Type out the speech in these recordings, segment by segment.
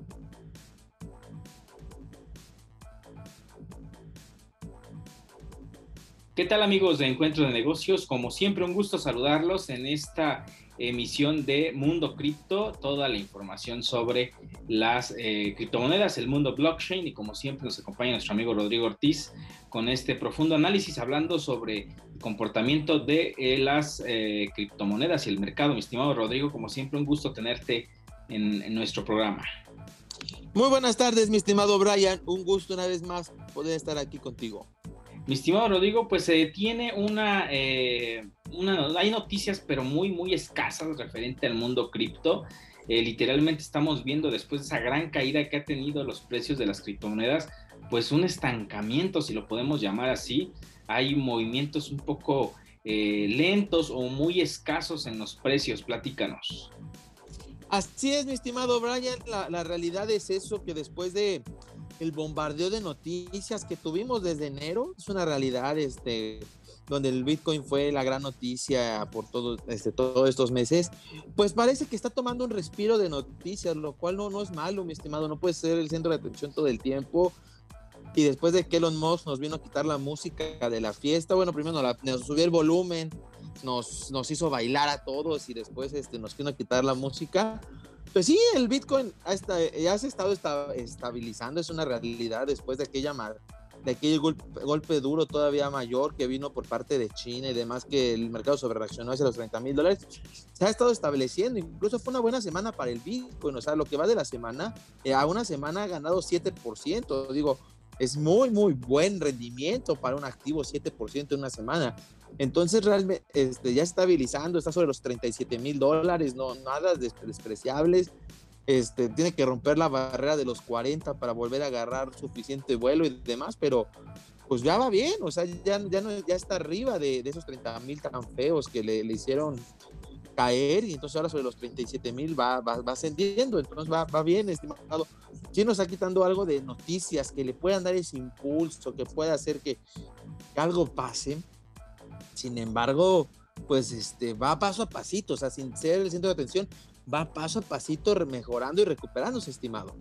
¿Qué tal amigos de Encuentro de Negocios? Como siempre, un gusto saludarlos en esta emisión de Mundo Cripto, toda la información sobre las criptomonedas, el mundo blockchain, y como siempre nos acompaña nuestro amigo Rodrigo Ortiz con este profundo análisis hablando sobre el comportamiento de las criptomonedas y el mercado. Mi estimado Rodrigo, como siempre, un gusto tenerte en nuestro programa. Muy buenas tardes, mi estimado Brian, un gusto una vez más poder estar aquí contigo. Mi estimado Rodrigo, pues tiene hay noticias pero muy escasas referente al mundo cripto. Literalmente estamos viendo, después de esa gran caída que ha tenido los precios de las criptomonedas, pues un estancamiento, si lo podemos llamar así. Hay movimientos un poco lentos o muy escasos en los precios. Platícanos. Así es, mi estimado Brian, la realidad es eso, que después de el bombardeo de noticias que tuvimos desde enero, es una realidad, donde el Bitcoin fue la gran noticia por todos estos meses, pues parece que está tomando un respiro de noticias, lo cual no es malo, mi estimado, no puede ser el centro de atención todo el tiempo. Y después de que Elon Musk nos vino a quitar la música de la fiesta, bueno, primero nos subió el volumen, nos hizo bailar a todos y después nos vino a quitar la música. Pues sí, el Bitcoin ya se ha estado estabilizando, es una realidad después de aquel golpe duro todavía mayor que vino por parte de China y demás, que el mercado sobrereaccionó hacia los $30,000. Se ha estado estableciendo, incluso fue una buena semana para el Bitcoin, o sea, lo que va de la semana, a una semana ha ganado 7%, digo, es muy buen rendimiento para un activo, 7% en una semana. Entonces realmente ya estabilizando, está sobre los $37,000, no nada despreciables. Tiene que romper la barrera de los 40 para volver a agarrar suficiente vuelo y demás, pero pues ya va bien, o sea, ya está arriba de esos 30,000 tan feos que le hicieron caer, y entonces ahora sobre los 37,000 va ascendiendo, entonces va bien, estimado. Sí nos está quitando algo de noticias que le puedan dar ese impulso, que pueda hacer que algo pase. Sin embargo, pues va paso a pasito, o sea, sin ser el centro de atención, va paso a pasito mejorando y recuperándose, estimado.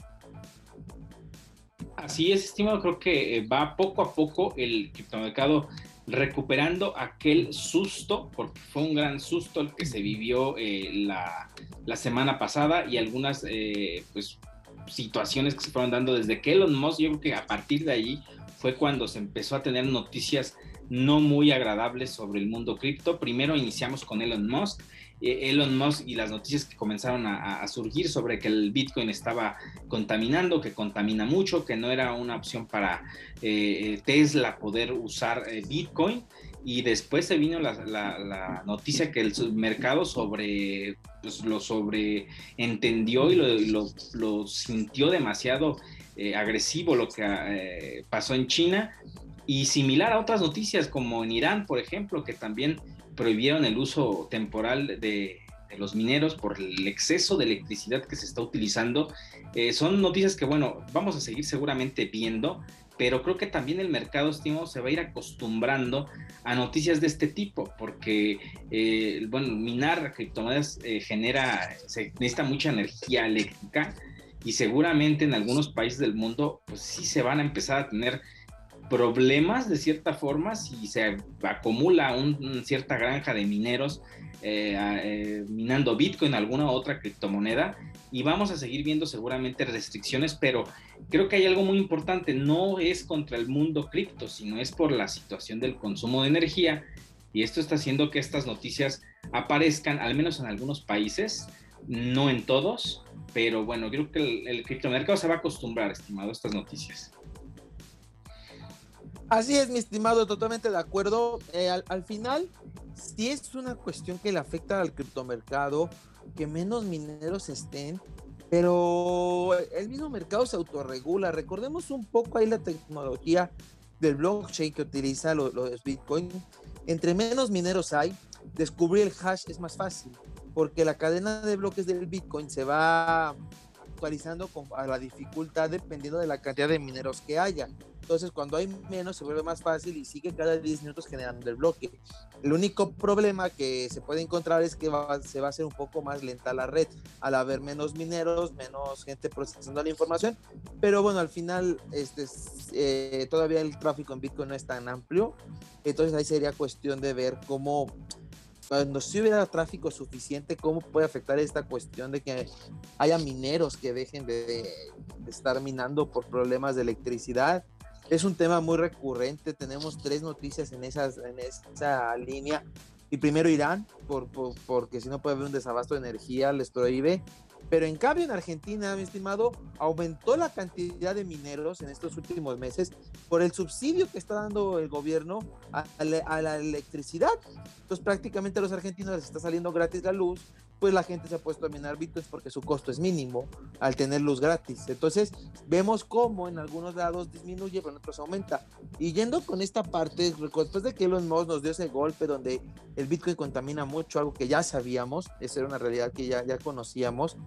Así es, estimado, creo que va poco a poco el criptomercado recuperando aquel susto, porque fue un gran susto el que se vivió la semana pasada, y algunas pues situaciones que se fueron dando desde que Elon Musk, yo creo que a partir de ahí fue cuando se empezó a tener noticias no muy agradables sobre el mundo cripto. Primero iniciamos con Elon Musk y las noticias que comenzaron a surgir sobre que el Bitcoin estaba contaminando, que contamina mucho, que no era una opción para Tesla poder usar Bitcoin. Y después se vino la noticia que el mercado lo sobreentendió y lo sintió demasiado agresivo lo que pasó en China, y similar a otras noticias como en Irán, por ejemplo, que también prohibieron el uso temporal de los mineros por el exceso de electricidad que se está utilizando. Son noticias que, bueno, vamos a seguir seguramente viendo, pero creo que también el mercado, estimo, se va a ir acostumbrando a noticias de este tipo, porque, bueno, minar criptomonedas se necesita mucha energía eléctrica, y seguramente en algunos países del mundo, pues sí se van a empezar a tener problemas de cierta forma si se acumula cierta granja de mineros minando Bitcoin, alguna otra criptomoneda, y vamos a seguir viendo seguramente restricciones, pero creo que hay algo muy importante, no es contra el mundo cripto, sino es por la situación del consumo de energía, y esto está haciendo que estas noticias aparezcan, al menos en algunos países, no en todos, pero bueno, creo que el criptomercado se va a acostumbrar, estimado, a estas noticias. Así es, mi estimado, totalmente de acuerdo. Al final, sí es una cuestión que le afecta al criptomercado, que menos mineros estén, pero el mismo mercado se autorregula. Recordemos un poco ahí la tecnología del blockchain que utiliza los Bitcoin. Entre menos mineros hay, descubrir el hash es más fácil, porque la cadena de bloques del Bitcoin se va actualizando a la dificultad dependiendo de la cantidad de mineros que haya. Entonces, cuando hay menos, se vuelve más fácil y sigue cada 10 minutos generando el bloque. El único problema que se puede encontrar es que se va a hacer un poco más lenta la red, al haber menos mineros, menos gente procesando la información. Pero bueno, al final, todavía el tráfico en Bitcoin no es tan amplio. Entonces, ahí sería cuestión de ver cómo, cuando si hubiera tráfico suficiente, cómo puede afectar esta cuestión de que haya mineros que dejen de estar minando por problemas de electricidad. Es un tema muy recurrente, tenemos 3 noticias en esa línea. Y primero Irán, porque si no puede haber un desabasto de energía, les prohíbe. Pero en cambio en Argentina, mi estimado, aumentó la cantidad de mineros en estos últimos meses por el subsidio que está dando el gobierno a la electricidad. Entonces prácticamente a los argentinos les está saliendo gratis la luz, pues la gente se ha puesto a minar bitcoins porque su costo es mínimo al tener luz gratis. Entonces vemos cómo en algunos lados disminuye, pero en otros aumenta. Y yendo con esta parte, después de que Elon Musk nos dio ese golpe donde el bitcoin contamina mucho, algo que ya sabíamos, esa era una realidad que ya conocíamos,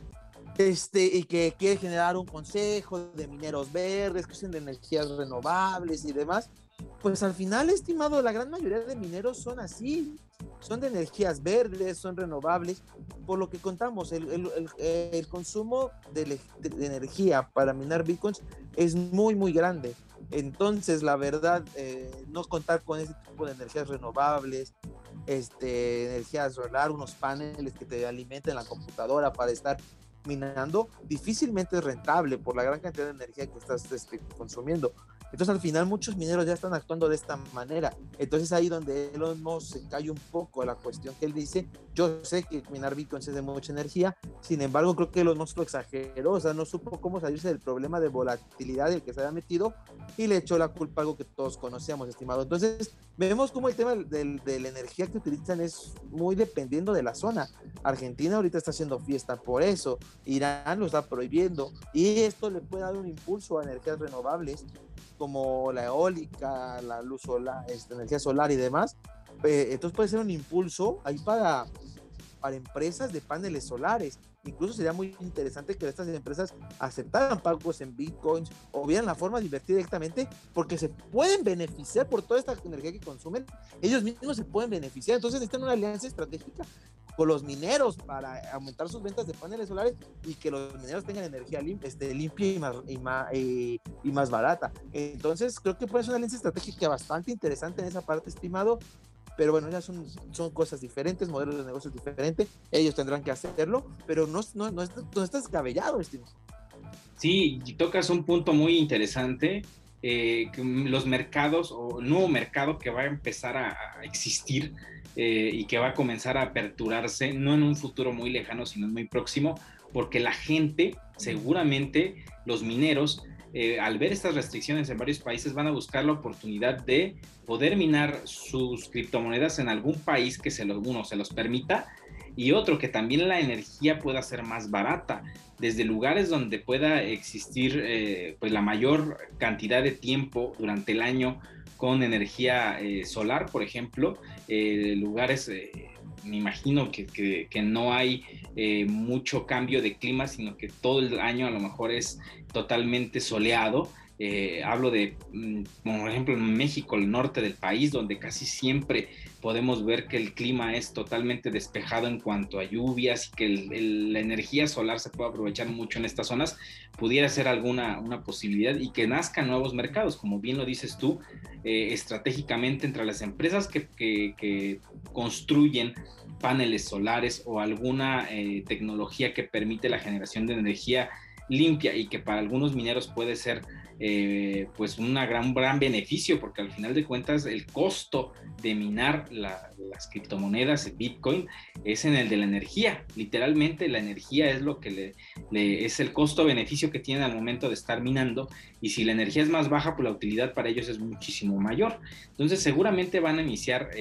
y que quiere generar un consejo de mineros verdes, que usen de energías renovables y demás, pues al final, estimado, la gran mayoría de mineros son así, son de energías verdes, son renovables, por lo que contamos, el consumo de energía para minar bitcoins es muy, muy grande. Entonces, la verdad, no contar con ese tipo de energías renovables, energía solar, unos paneles que te alimenten la computadora para estar minando, difícilmente es rentable por la gran cantidad de energía que estás consumiendo. Entonces al final muchos mineros ya están actuando de esta manera. Entonces ahí donde Elon Musk se cae un poco a la cuestión que él dice. Yo sé que minar bitcoins es de mucha energía, sin embargo creo que Elon Musk lo exageró, o sea, no supo cómo salirse del problema de volatilidad del que se había metido y le echó la culpa a algo que todos conocíamos, estimado. Entonces vemos cómo el tema de la energía que utilizan es muy dependiendo de la zona. Argentina ahorita está haciendo fiesta por eso, Irán lo está prohibiendo y esto le puede dar un impulso a energías renovables como la eólica, la luz solar, energía solar y demás. Entonces puede ser un impulso ahí para empresas de paneles solares. Incluso sería muy interesante que estas empresas aceptaran pagos en bitcoins o vieran la forma de invertir directamente, porque se pueden beneficiar por toda esta energía que consumen. Ellos mismos se pueden beneficiar. Entonces necesitan una alianza estratégica con los mineros para aumentar sus ventas de paneles solares y que los mineros tengan energía limpia y más barata. Entonces creo que puede ser una alianza estratégica bastante interesante en esa parte, estimado. Pero bueno, ya son cosas diferentes, modelos de negocios diferentes, ellos tendrán que hacerlo, pero no está descabellado, estimado. Sí, y tocas un punto muy interesante, que los mercados o el nuevo mercado que va a empezar a existir y que va a comenzar a aperturarse, no en un futuro muy lejano, sino muy próximo, porque la gente, seguramente los mineros, al ver estas restricciones en varios países, van a buscar la oportunidad de poder minar sus criptomonedas en algún país que uno se los permita, y otro, que también la energía pueda ser más barata, desde lugares donde pueda existir pues la mayor cantidad de tiempo durante el año con energía solar, por ejemplo, lugares, me imagino que no hay mucho cambio de clima, sino que todo el año a lo mejor es totalmente soleado. Hablo de, por ejemplo, en México, el norte del país, donde casi siempre podemos ver que el clima es totalmente despejado en cuanto a lluvias y que la energía solar se puede aprovechar mucho en estas zonas, pudiera ser una posibilidad, y que nazcan nuevos mercados, como bien lo dices tú, estratégicamente entre las empresas que construyen paneles solares o alguna tecnología que permite la generación de energía limpia, y que para algunos mineros puede ser pues un gran beneficio, porque al final de cuentas el costo de minar las criptomonedas, el Bitcoin, es en el de la energía. Literalmente la energía es lo que es el costo-beneficio que tienen al momento de estar minando, y si la energía es más baja, pues la utilidad para ellos es muchísimo mayor. Entonces seguramente van a iniciar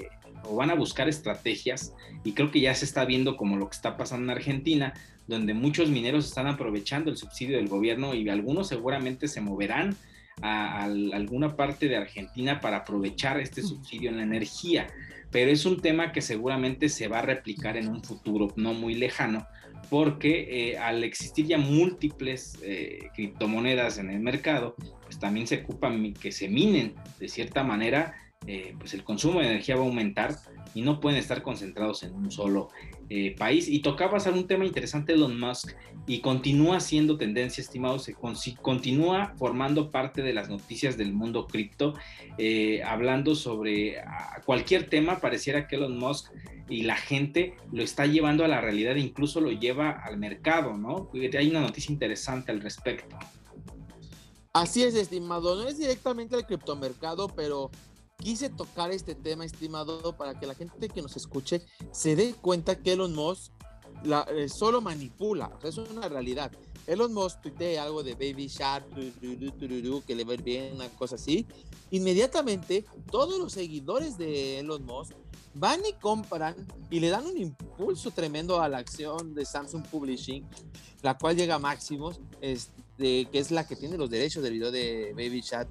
o van a buscar estrategias, y creo que ya se está viendo como lo que está pasando en Argentina, donde muchos mineros están aprovechando el subsidio del gobierno, y algunos seguramente se moverán a alguna parte de Argentina para aprovechar este subsidio en la energía, pero es un tema que seguramente se va a replicar en un futuro no muy lejano, porque al existir ya múltiples criptomonedas en el mercado, pues también se ocupa que se minen de cierta manera, pues el consumo de energía va a aumentar y no pueden estar concentrados en un solo país. Y tocabas algún tema interesante de Elon Musk y continúa siendo tendencia, estimados, continúa formando parte de las noticias del mundo cripto, hablando sobre cualquier tema. Pareciera que Elon Musk y la gente lo está llevando a la realidad e incluso lo lleva al mercado, ¿no? Hay una noticia interesante al respecto. Así es, estimado, no es directamente al criptomercado, pero quise tocar este tema, estimado, para que la gente que nos escuche se dé cuenta que Elon Musk solo manipula, o sea, es una realidad. Elon Musk tuitea algo de Baby Shark, que le va a ir bien, una cosa así. Inmediatamente, todos los seguidores de Elon Musk van y compran y le dan un impulso tremendo a la acción de Samsung Publishing, la cual llega a máximos, que es la que tiene los derechos del video de Baby Shark,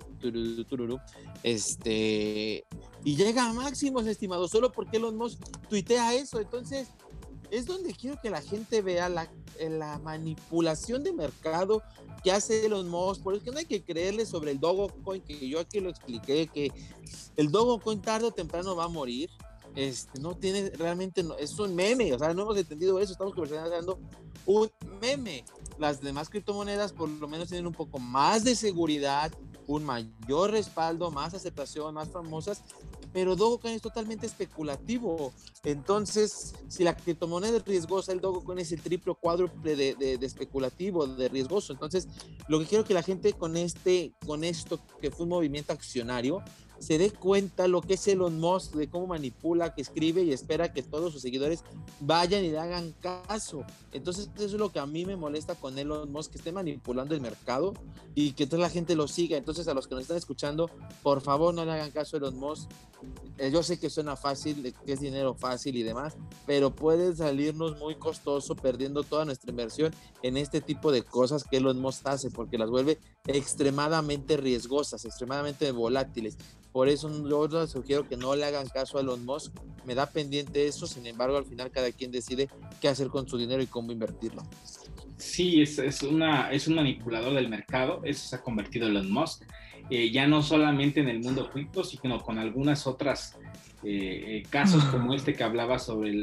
y llega a máximos, estimado, solo porque Elon Musk tuitea eso. Entonces, es donde quiero que la gente vea la manipulación de mercado que hace Elon Musk. Por eso que no hay que creerle sobre el Dogecoin, que yo aquí lo expliqué, que el Dogecoin tarde o temprano va a morir. No tiene realmente, es un meme, o sea, no hemos entendido eso, estamos conversando un meme. Las demás criptomonedas por lo menos tienen un poco más de seguridad, un mayor respaldo, más aceptación, más famosas, pero Dogecoin es totalmente especulativo. Entonces, si la criptomoneda es riesgosa, el Dogecoin es el triple o cuádruple de especulativo, de riesgoso. Entonces, lo que quiero que la gente con esto que fue un movimiento accionario, se dé cuenta lo que es Elon Musk, de cómo manipula, que escribe y espera que todos sus seguidores vayan y le hagan caso. Entonces eso es lo que a mí me molesta con Elon Musk, que esté manipulando el mercado y que toda la gente lo siga. Entonces, a los que nos están escuchando, por favor no le hagan caso a Elon Musk. Yo sé que suena fácil, que es dinero fácil y demás, pero puede salirnos muy costoso perdiendo toda nuestra inversión en este tipo de cosas que Elon Musk hace, porque las vuelve extremadamente riesgosas, extremadamente volátiles. Por eso yo les sugiero que no le hagan caso a Elon Musk. Me da pendiente eso, sin embargo, al final cada quien decide qué hacer con su dinero y cómo invertirlo. Sí, es un manipulador del mercado, eso se ha convertido en Elon Musk, ya no solamente en el mundo cripto, sino con algunas otras casos como este que hablaba sobre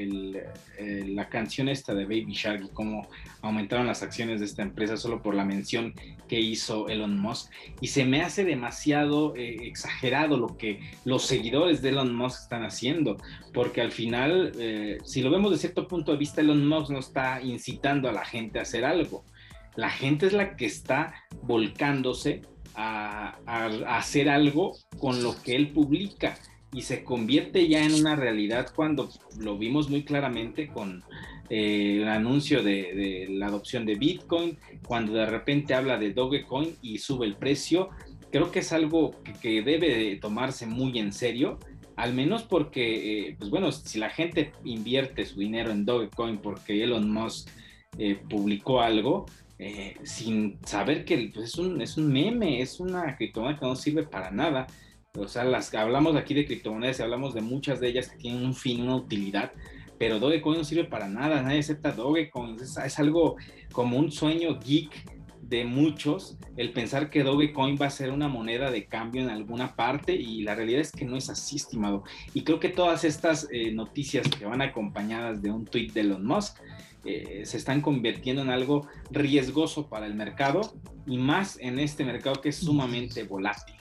la canción esta de Baby Shark y cómo aumentaron las acciones de esta empresa solo por la mención que hizo Elon Musk. Y se me hace demasiado exagerado lo que los seguidores de Elon Musk están haciendo, porque al final, si lo vemos de cierto punto de vista, Elon Musk no está incitando a la gente a hacer algo. La gente es la que está volcándose a hacer algo con lo que él publica, y se convierte ya en una realidad cuando lo vimos muy claramente con el anuncio de la adopción de Bitcoin, cuando de repente habla de Dogecoin y sube el precio. Creo que es algo que debe de tomarse muy en serio, al menos porque, pues bueno, si la gente invierte su dinero en Dogecoin porque Elon Musk publicó algo, sin saber que pues es un meme, es una criptomoneda que no sirve para nada. O sea, hablamos aquí de criptomonedas y hablamos de muchas de ellas que tienen un fin, una utilidad, pero Dogecoin no sirve para nada, nadie acepta Dogecoin. Es algo como un sueño geek de muchos, el pensar que Dogecoin va a ser una moneda de cambio en alguna parte, y la realidad es que no es así, estimado. Y creo que todas estas noticias que van acompañadas de un tweet de Elon Musk se están convirtiendo en algo riesgoso para el mercado, y más en este mercado que es sumamente volátil.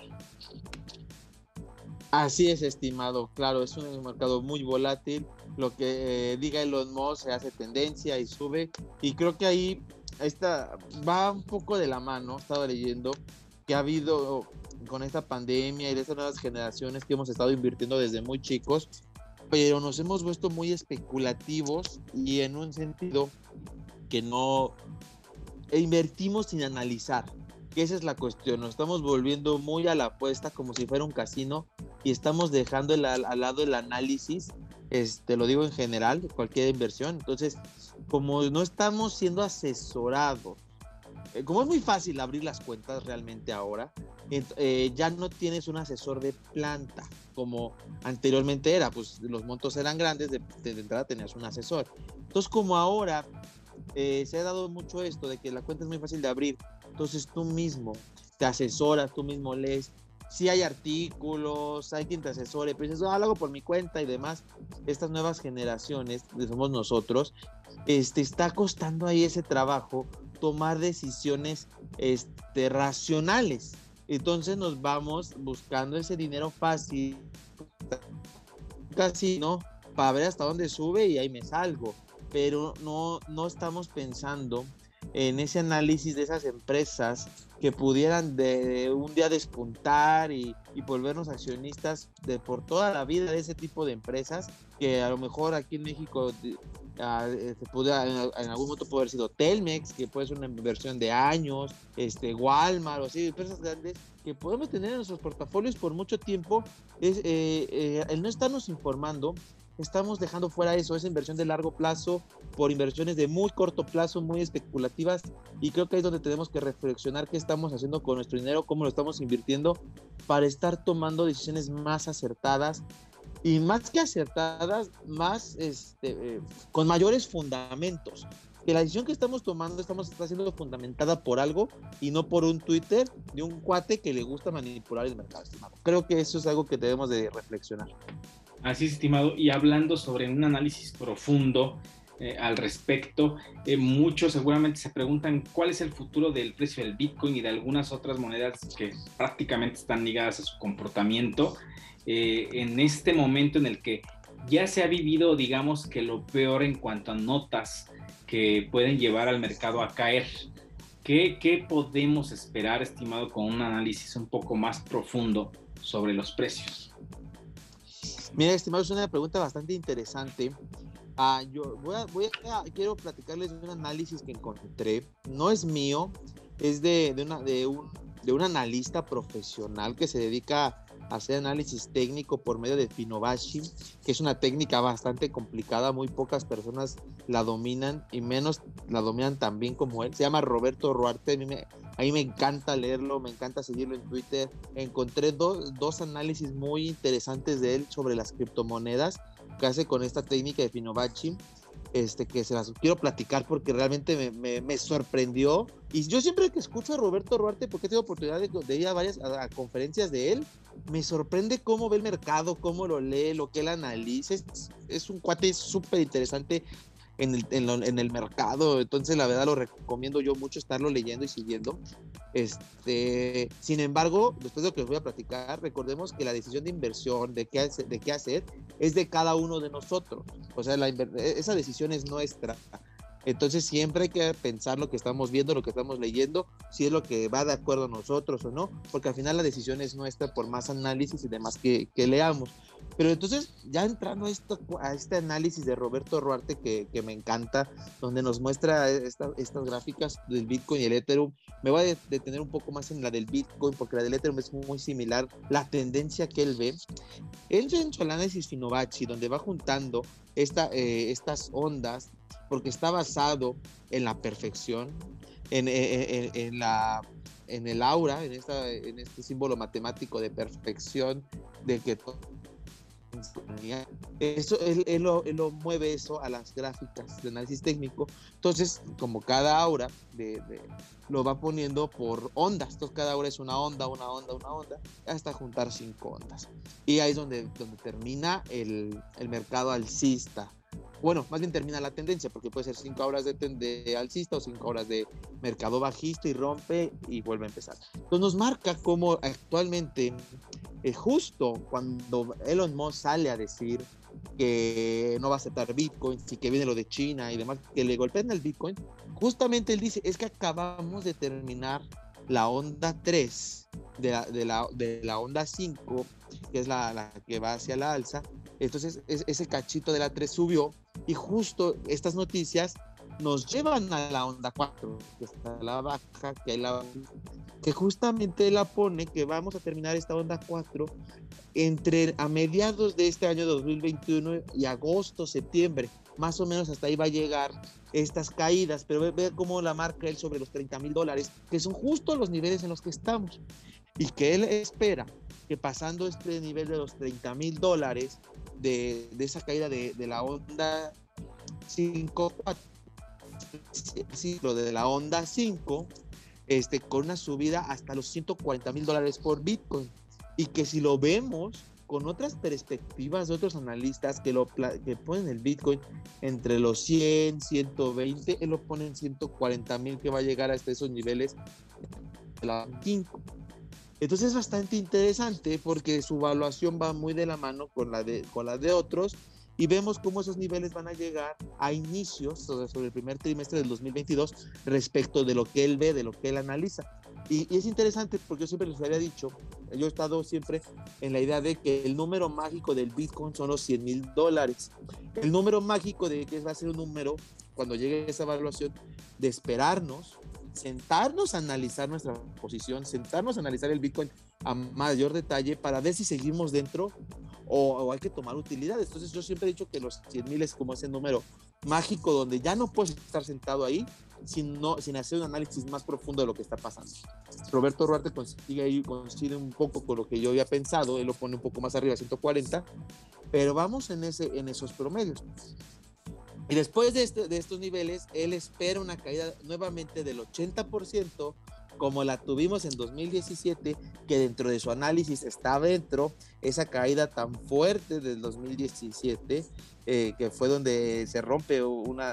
Así es, estimado, claro, es un mercado muy volátil. Lo que diga Elon Musk se hace tendencia y sube, y creo que ahí va un poco de la mano. Estaba leyendo que ha habido con esta pandemia y de estas nuevas generaciones que hemos estado invirtiendo desde muy chicos, pero nos hemos vuelto muy especulativos, y en un sentido que no invertimos sin analizar, que esa es la cuestión. Nos estamos volviendo muy a la apuesta, como si fuera un casino, y estamos dejando al lado el análisis. Lo digo en general, cualquier inversión. Entonces, como no estamos siendo asesorados como es muy fácil abrir las cuentas realmente ahora, ya no tienes un asesor de planta como anteriormente era, pues los montos eran grandes, de entrada tenías un asesor. Entonces, como ahora se ha dado mucho esto de que la cuenta es muy fácil de abrir, entonces tú mismo te asesoras, tú mismo lees. Sí hay artículos, hay quien te asesore, pero dices, lo hago por mi cuenta y demás. Estas nuevas generaciones, que somos nosotros, está costando ahí ese trabajo, tomar decisiones racionales. Entonces nos vamos buscando ese dinero fácil, casi, ¿no? Para ver hasta dónde sube y ahí me salgo. Pero no estamos pensando en ese análisis de esas empresas que pudieran de un día despuntar y volvernos accionistas por toda la vida de ese tipo de empresas, que a lo mejor aquí en México en algún momento puede haber sido Telmex, que puede ser una inversión de años, Walmart o así, empresas grandes que podemos tener en nuestros portafolios por mucho tiempo. El no estarnos informando, estamos dejando fuera esa inversión de largo plazo por inversiones de muy corto plazo, muy especulativas, y creo que ahí es donde tenemos que reflexionar qué estamos haciendo con nuestro dinero, cómo lo estamos invirtiendo para estar tomando decisiones más acertadas, y más que acertadas, más con mayores fundamentos. Que la decisión que estamos tomando está siendo fundamentada por algo y no por un Twitter de un cuate que le gusta manipular el mercado, estimado. Creo que eso es algo que debemos de reflexionar. Así es, estimado. Y hablando sobre un análisis profundo al respecto, muchos seguramente se preguntan cuál es el futuro del precio del Bitcoin y de algunas otras monedas que prácticamente están ligadas a su comportamiento. En este momento en el que ya se ha vivido, digamos que lo peor en cuanto a notas que pueden llevar al mercado a caer. ¿Qué podemos esperar, estimado, con un análisis un poco más profundo sobre los precios? Mira, estimado, es una pregunta bastante interesante. Quiero platicarles de un análisis que encontré. No es mío, es de un analista profesional que se dedica a hacer análisis técnico por medio de Fibonacci, que es una técnica bastante complicada, muy pocas personas la dominan y menos la dominan tan bien como él. Se llama Roberto Ruarte. A mí me encanta leerlo, me encanta seguirlo en Twitter. Encontré dos análisis muy interesantes de él sobre las criptomonedas que hace con esta técnica de Fibonacci, que se las quiero platicar porque realmente me sorprendió. Y yo siempre que escucho a Roberto Ruarte, porque he tenido oportunidad de ir a varias conferencias de él, me sorprende cómo ve el mercado, cómo lo lee, lo que él analiza. Es un cuate súper interesante en el mercado. Entonces la verdad lo recomiendo yo mucho estarlo leyendo y siguiendo. Sin embargo, después de lo que les voy a platicar, recordemos que la decisión de inversión, de qué hacer, es de cada uno de nosotros. O sea, esa decisión es nuestra. Entonces siempre hay que pensar lo que estamos viendo, lo que estamos leyendo, si es lo que va de acuerdo a nosotros o no, porque al final la decisión es nuestra por más análisis y demás que leamos. Pero entonces, ya entrando a este análisis de Roberto Ruarte que me encanta, donde nos muestra estas gráficas del Bitcoin y el Ethereum, me voy a detener un poco más en la del Bitcoin, porque la del Ethereum es muy similar, la tendencia que él ve. Él en su análisis Fibonacci, donde va juntando estas ondas, porque está basado en la perfección, en el aura, en este símbolo matemático de perfección, de que eso él lo mueve eso a las gráficas de análisis técnico. Entonces, como cada aura lo va poniendo por ondas. Entonces, cada aura es una onda, hasta juntar 5 ondas. Y ahí es donde termina el mercado alcista. Bueno, más bien termina la tendencia, porque puede ser 5 horas de alcista o 5 horas de mercado bajista y rompe y vuelve a empezar. Entonces nos marca cómo actualmente, justo cuando Elon Musk sale a decir que no va a aceptar Bitcoin y que viene lo de China y demás, que le golpean el Bitcoin, justamente él dice, es que acabamos de terminar la onda 3 de la onda 5, que es la que va hacia la alza. Entonces ese cachito de la 3 subió y justo estas noticias nos llevan a la onda 4, que está a la baja, que justamente la pone que vamos a terminar esta onda 4 a mediados de este año 2021 y agosto, septiembre. más o menos hasta ahí va a llegar estas caídas, pero ve cómo la marca él sobre los $30,000, que son justo los niveles en los que estamos, y que él espera que pasando este nivel de los $30,000 de esa caída de la onda 5, ciclo de la onda 5, con una subida hasta los $140,000 por Bitcoin, y que si lo vemos con otras perspectivas de otros analistas que ponen el Bitcoin entre los 100, 120, él lo pone en 140,000, que va a llegar hasta esos niveles de la 5. Entonces es bastante interesante porque su evaluación va muy de la mano con la de otros, y vemos cómo esos niveles van a llegar a inicios sobre el primer trimestre del 2022 respecto de lo que él ve, de lo que él analiza. Y es interesante porque yo siempre les había dicho, yo he estado siempre en la idea de que el número mágico del Bitcoin son los $100,000. El número mágico de que va a ser un número, cuando llegue esa evaluación, de esperarnos, sentarnos a analizar nuestra posición, sentarnos a analizar el Bitcoin a mayor detalle para ver si seguimos dentro o hay que tomar utilidades. Entonces yo siempre he dicho que los 100,000 es como ese número mágico donde ya no puedes estar sentado ahí sin hacer un análisis más profundo de lo que está pasando. Roberto Duarte coincide un poco con lo que yo había pensado, él lo pone un poco más arriba, 140, pero vamos en esos promedios. Y después de estos niveles, él espera una caída nuevamente del 80%, como la tuvimos en 2017, que dentro de su análisis está dentro esa caída tan fuerte del 2017, que fue donde se rompe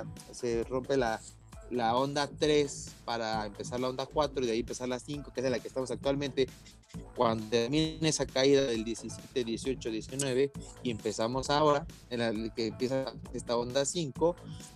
la onda 3 para empezar la onda 4 y de ahí empezar la 5, que es en la que estamos actualmente. Cuando termine esa caída del 17, 18, 19 y empezamos ahora en la que empieza esta onda 5,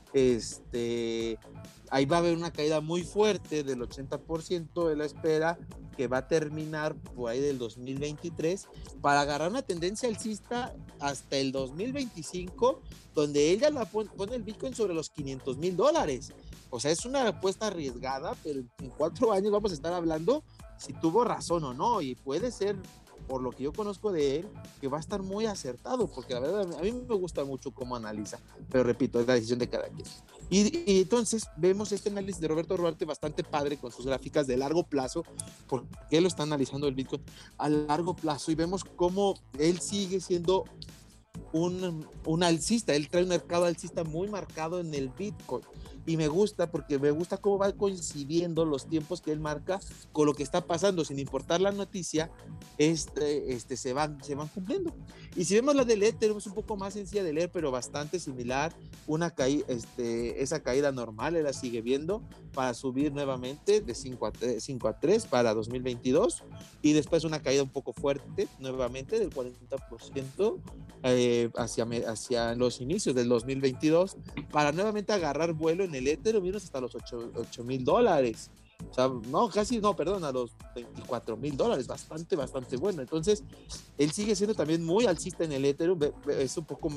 ahí va a haber una caída muy fuerte del 80%. de la espera que va a terminar por ahí del 2023 para agarrar una tendencia alcista hasta el 2025, donde ella pone el Bitcoin sobre los $500,000. O sea, es una apuesta arriesgada, pero en 4 años vamos a estar hablando si tuvo razón o no, y puede ser, por lo que yo conozco de él, que va a estar muy acertado, porque la verdad a mí me gusta mucho cómo analiza, pero repito, es la decisión de cada quien. Y entonces vemos este análisis de Roberto Duarte bastante padre con sus gráficas de largo plazo, porque él lo está analizando el Bitcoin a largo plazo, y vemos cómo él sigue siendo un alcista. Él trae un mercado alcista muy marcado en el Bitcoin, y me gusta porque me gusta cómo va coincidiendo los tiempos que él marca con lo que está pasando, sin importar la noticia, se van cumpliendo. Y si vemos la del Ethereum, es un poco más sencilla de leer, pero bastante similar. Esa caída normal él la sigue viendo para subir nuevamente de 5 a 3 para 2022, y después una caída un poco fuerte nuevamente del 40%, hacia los inicios del 2022, para nuevamente agarrar vuelo en el Ethereum, irnos hasta los $8,000. O sea, a los $24,000, bastante bueno. Entonces, él sigue siendo también muy alcista en el Ethereum, es un poco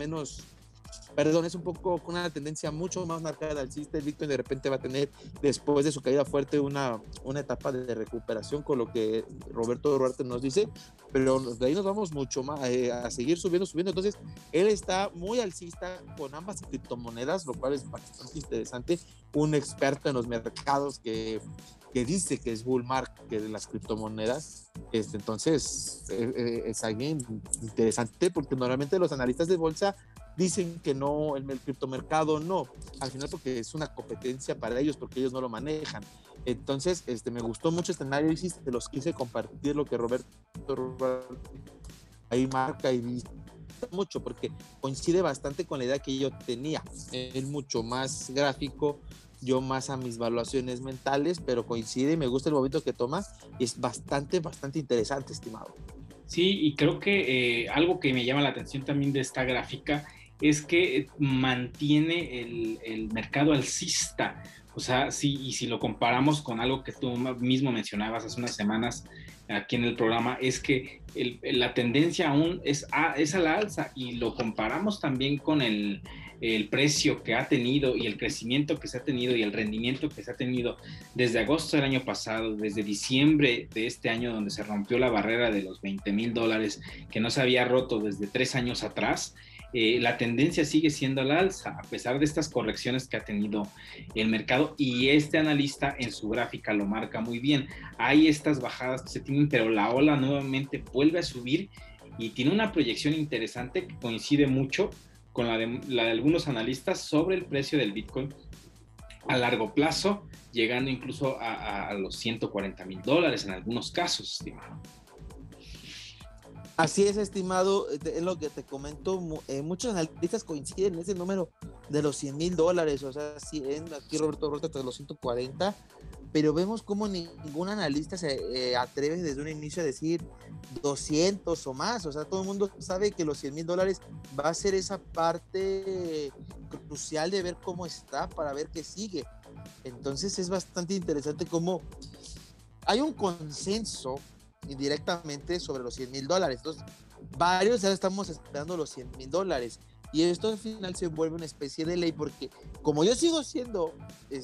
con una tendencia mucho más marcada alcista. El Bitcoin de repente va a tener, después de su caída fuerte, una etapa de recuperación, con lo que Roberto Duarte nos dice, pero de ahí nos vamos mucho más a seguir subiendo. Entonces, él está muy alcista con ambas criptomonedas, lo cual es bastante interesante. Un experto en los mercados que dice que es bull market de las criptomonedas. Entonces, es alguien interesante, porque normalmente los analistas de bolsa dicen que no, el criptomercado no, al final, porque es una competencia para ellos, porque ellos no lo manejan. Entonces, me gustó mucho este análisis, te los quise compartir, lo que Roberto ahí marca, y dice mucho, porque coincide bastante con la idea que yo tenía. Él mucho más gráfico, yo más a mis evaluaciones mentales, pero coincide y me gusta el momento que toma, y es bastante interesante, estimado. Sí, y creo que algo que me llama la atención también de esta gráfica es que mantiene el mercado alcista. O sea, y si lo comparamos con algo que tú mismo mencionabas hace unas semanas aquí en el programa, es que la tendencia aún es a la alza, y lo comparamos también con el precio que ha tenido y el crecimiento que se ha tenido y el rendimiento que se ha tenido desde agosto del año pasado, desde diciembre de este año, donde se rompió la barrera de los $20,000, que no se había roto desde 3 años atrás. la tendencia sigue siendo al alza, a pesar de estas correcciones que ha tenido el mercado, y este analista en su gráfica lo marca muy bien. Hay estas bajadas que se tienen, pero la ola nuevamente vuelve a subir y tiene una proyección interesante que coincide mucho con la de algunos analistas sobre el precio del Bitcoin a largo plazo, llegando incluso a los $140,000 en algunos casos, estimado. Así es, estimado, es lo que te comento, muchos analistas coinciden en ese número de los $100,000, o sea, 100, aquí Roberto de los 140, pero vemos como ningún analista se atreve desde un inicio a decir 200 o más, o sea, todo el mundo sabe que los $100,000 va a ser esa parte crucial de ver cómo está para ver qué sigue. Entonces es bastante interesante cómo hay un consenso indirectamente sobre los $100,000. Entonces, varios ya estamos esperando los $100,000. Y esto al final se vuelve una especie de ley, porque como yo sigo siendo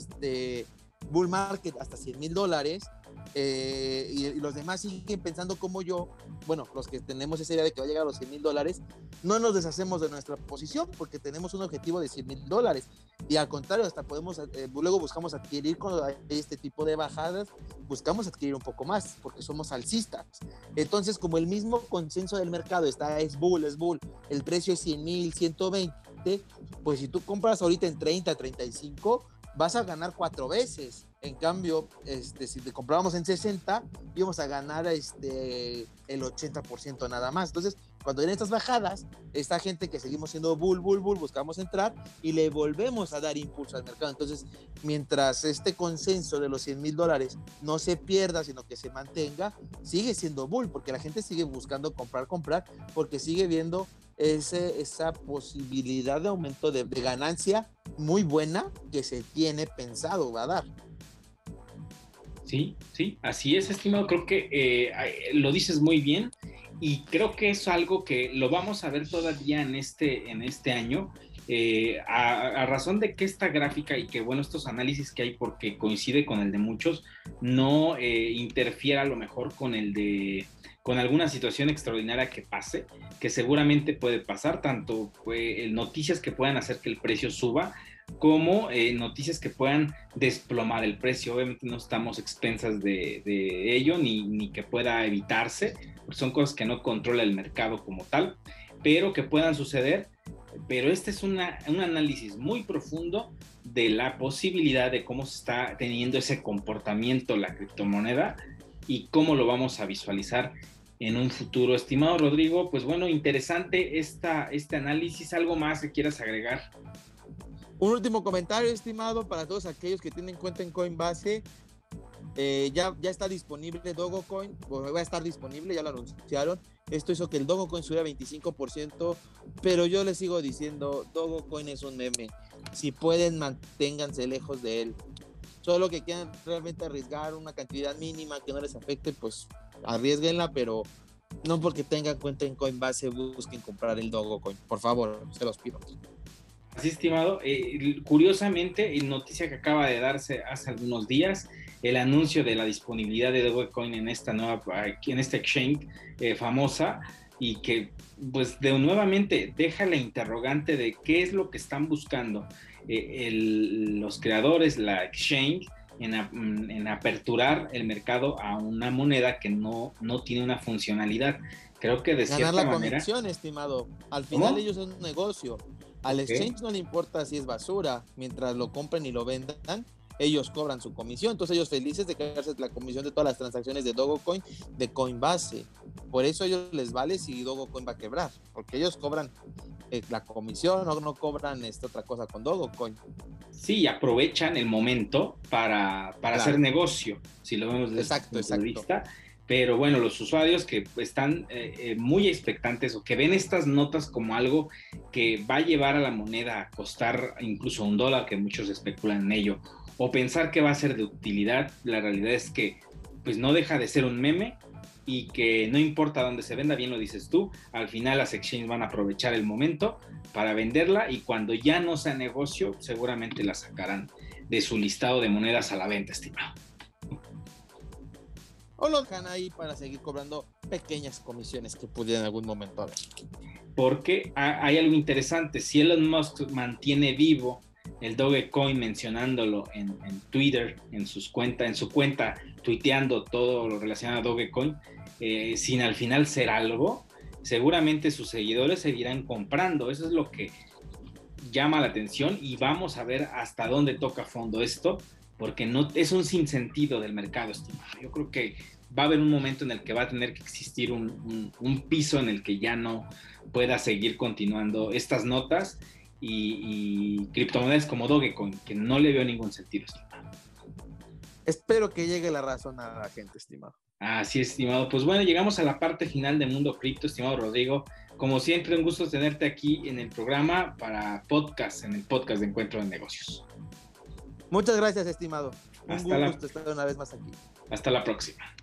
bull market hasta $100,000, y los demás siguen pensando como yo, bueno, los que tenemos esa idea de que va a llegar a los $100,000, no nos deshacemos de nuestra posición porque tenemos un objetivo de $100,000. Y al contrario, hasta podemos, luego buscamos adquirir cuando hay este tipo de bajadas, buscamos adquirir un poco más porque somos alcistas. Entonces, como el mismo consenso del mercado está, es bull, el precio es 100,000, 120, pues si tú compras ahorita en 30, 35, vas a ganar 4 veces. En cambio, si te comprábamos en 60, íbamos a ganar el 80% nada más. Entonces, cuando vienen estas bajadas, esta gente que seguimos siendo bull, buscamos entrar y le volvemos a dar impulso al mercado. Entonces, mientras este consenso de los $100,000 no se pierda, sino que se mantenga, sigue siendo bull, porque la gente sigue buscando comprar, porque sigue viendo esa posibilidad de aumento de ganancia muy buena que se tiene pensado va a dar. Sí, así es, estimado. Creo que lo dices muy bien y creo que es algo que lo vamos a ver todavía en este año, a razón de que esta gráfica y que, bueno, estos análisis que hay, porque coincide con el de muchos, no interfiera a lo mejor con alguna situación extraordinaria que pase, que seguramente puede pasar, tanto noticias que puedan hacer que el precio suba, como noticias que puedan desplomar el precio. Obviamente no estamos expensas de ello, ni que pueda evitarse, porque son cosas que no controla el mercado como tal, pero que puedan suceder. Pero este es un análisis muy profundo de la posibilidad de cómo se está teniendo ese comportamiento la criptomoneda y cómo lo vamos a visualizar en un futuro. Estimado Rodrigo, pues bueno, interesante este análisis. ¿Algo más que quieras agregar? Un último comentario, estimado, para todos aquellos que tienen cuenta en Coinbase. Ya está disponible Dogecoin, va a estar disponible, ya lo anunciaron. Esto hizo que el Dogecoin subiera 25%, pero yo les sigo diciendo, Dogecoin es un meme. Si pueden, manténganse lejos de él. Solo que quieran realmente arriesgar una cantidad mínima que no les afecte, pues arriesguenla, pero no porque tengan cuenta en Coinbase busquen comprar el Dogecoin. Por favor, se los pido. Así, estimado. Curiosamente, noticia que acaba de darse hace algunos días, el anuncio de la disponibilidad de Dogecoin en esta exchange famosa, y que pues nuevamente deja la interrogante de qué es lo que están buscando los creadores, la exchange, en aperturar el mercado a una moneda que no tiene una funcionalidad. Creo que de cierta manera... Ganar la comisión, estimado. Al final ellos son un negocio. Al exchange no le importa si es basura. Mientras lo compren y lo vendan, ellos cobran su comisión. Entonces ellos felices de quedarse la comisión de todas las transacciones de Dogecoin, de Coinbase. Por eso a ellos les vale si Dogecoin va a quebrar. Porque ellos cobran la comisión, no cobran otra cosa con Dogecoin. Sí, aprovechan el momento para claro, hacer negocio, si lo vemos desde ese punto de vista. Pero bueno, los usuarios que están muy expectantes o que ven estas notas como algo que va a llevar a la moneda a costar incluso $1, que muchos especulan en ello, o pensar que va a ser de utilidad, la realidad es que pues no deja de ser un meme, y que no importa dónde se venda, bien lo dices tú, al final las exchanges van a aprovechar el momento para venderla, y cuando ya no sea negocio, seguramente la sacarán de su listado de monedas a la venta, estimado. O lo dejan ahí para seguir cobrando pequeñas comisiones que pudieran en algún momento haber. porque hay algo interesante. Si Elon Musk mantiene vivo el Dogecoin mencionándolo en Twitter, en su cuenta, tuiteando todo lo relacionado a Dogecoin, sin al final ser algo, seguramente sus seguidores seguirán comprando. Eso es lo que llama la atención y vamos a ver hasta dónde toca fondo esto, porque no es un sinsentido del mercado, estimado. Yo creo que va a haber un momento en el que va a tener que existir un piso en el que ya no pueda seguir continuando estas notas y criptomonedas como Dogecoin, que no le veo ningún sentido, estimado. Espero que llegue la razón a la gente, estimado. Así es, estimado. Pues bueno, llegamos a la parte final de Mundo Cripto, estimado Rodrigo. Como siempre, un gusto tenerte aquí en el programa para podcast, en el podcast de Encuentro de Negocios. Muchas gracias, estimado. Un gusto estar una vez más aquí. Hasta la próxima.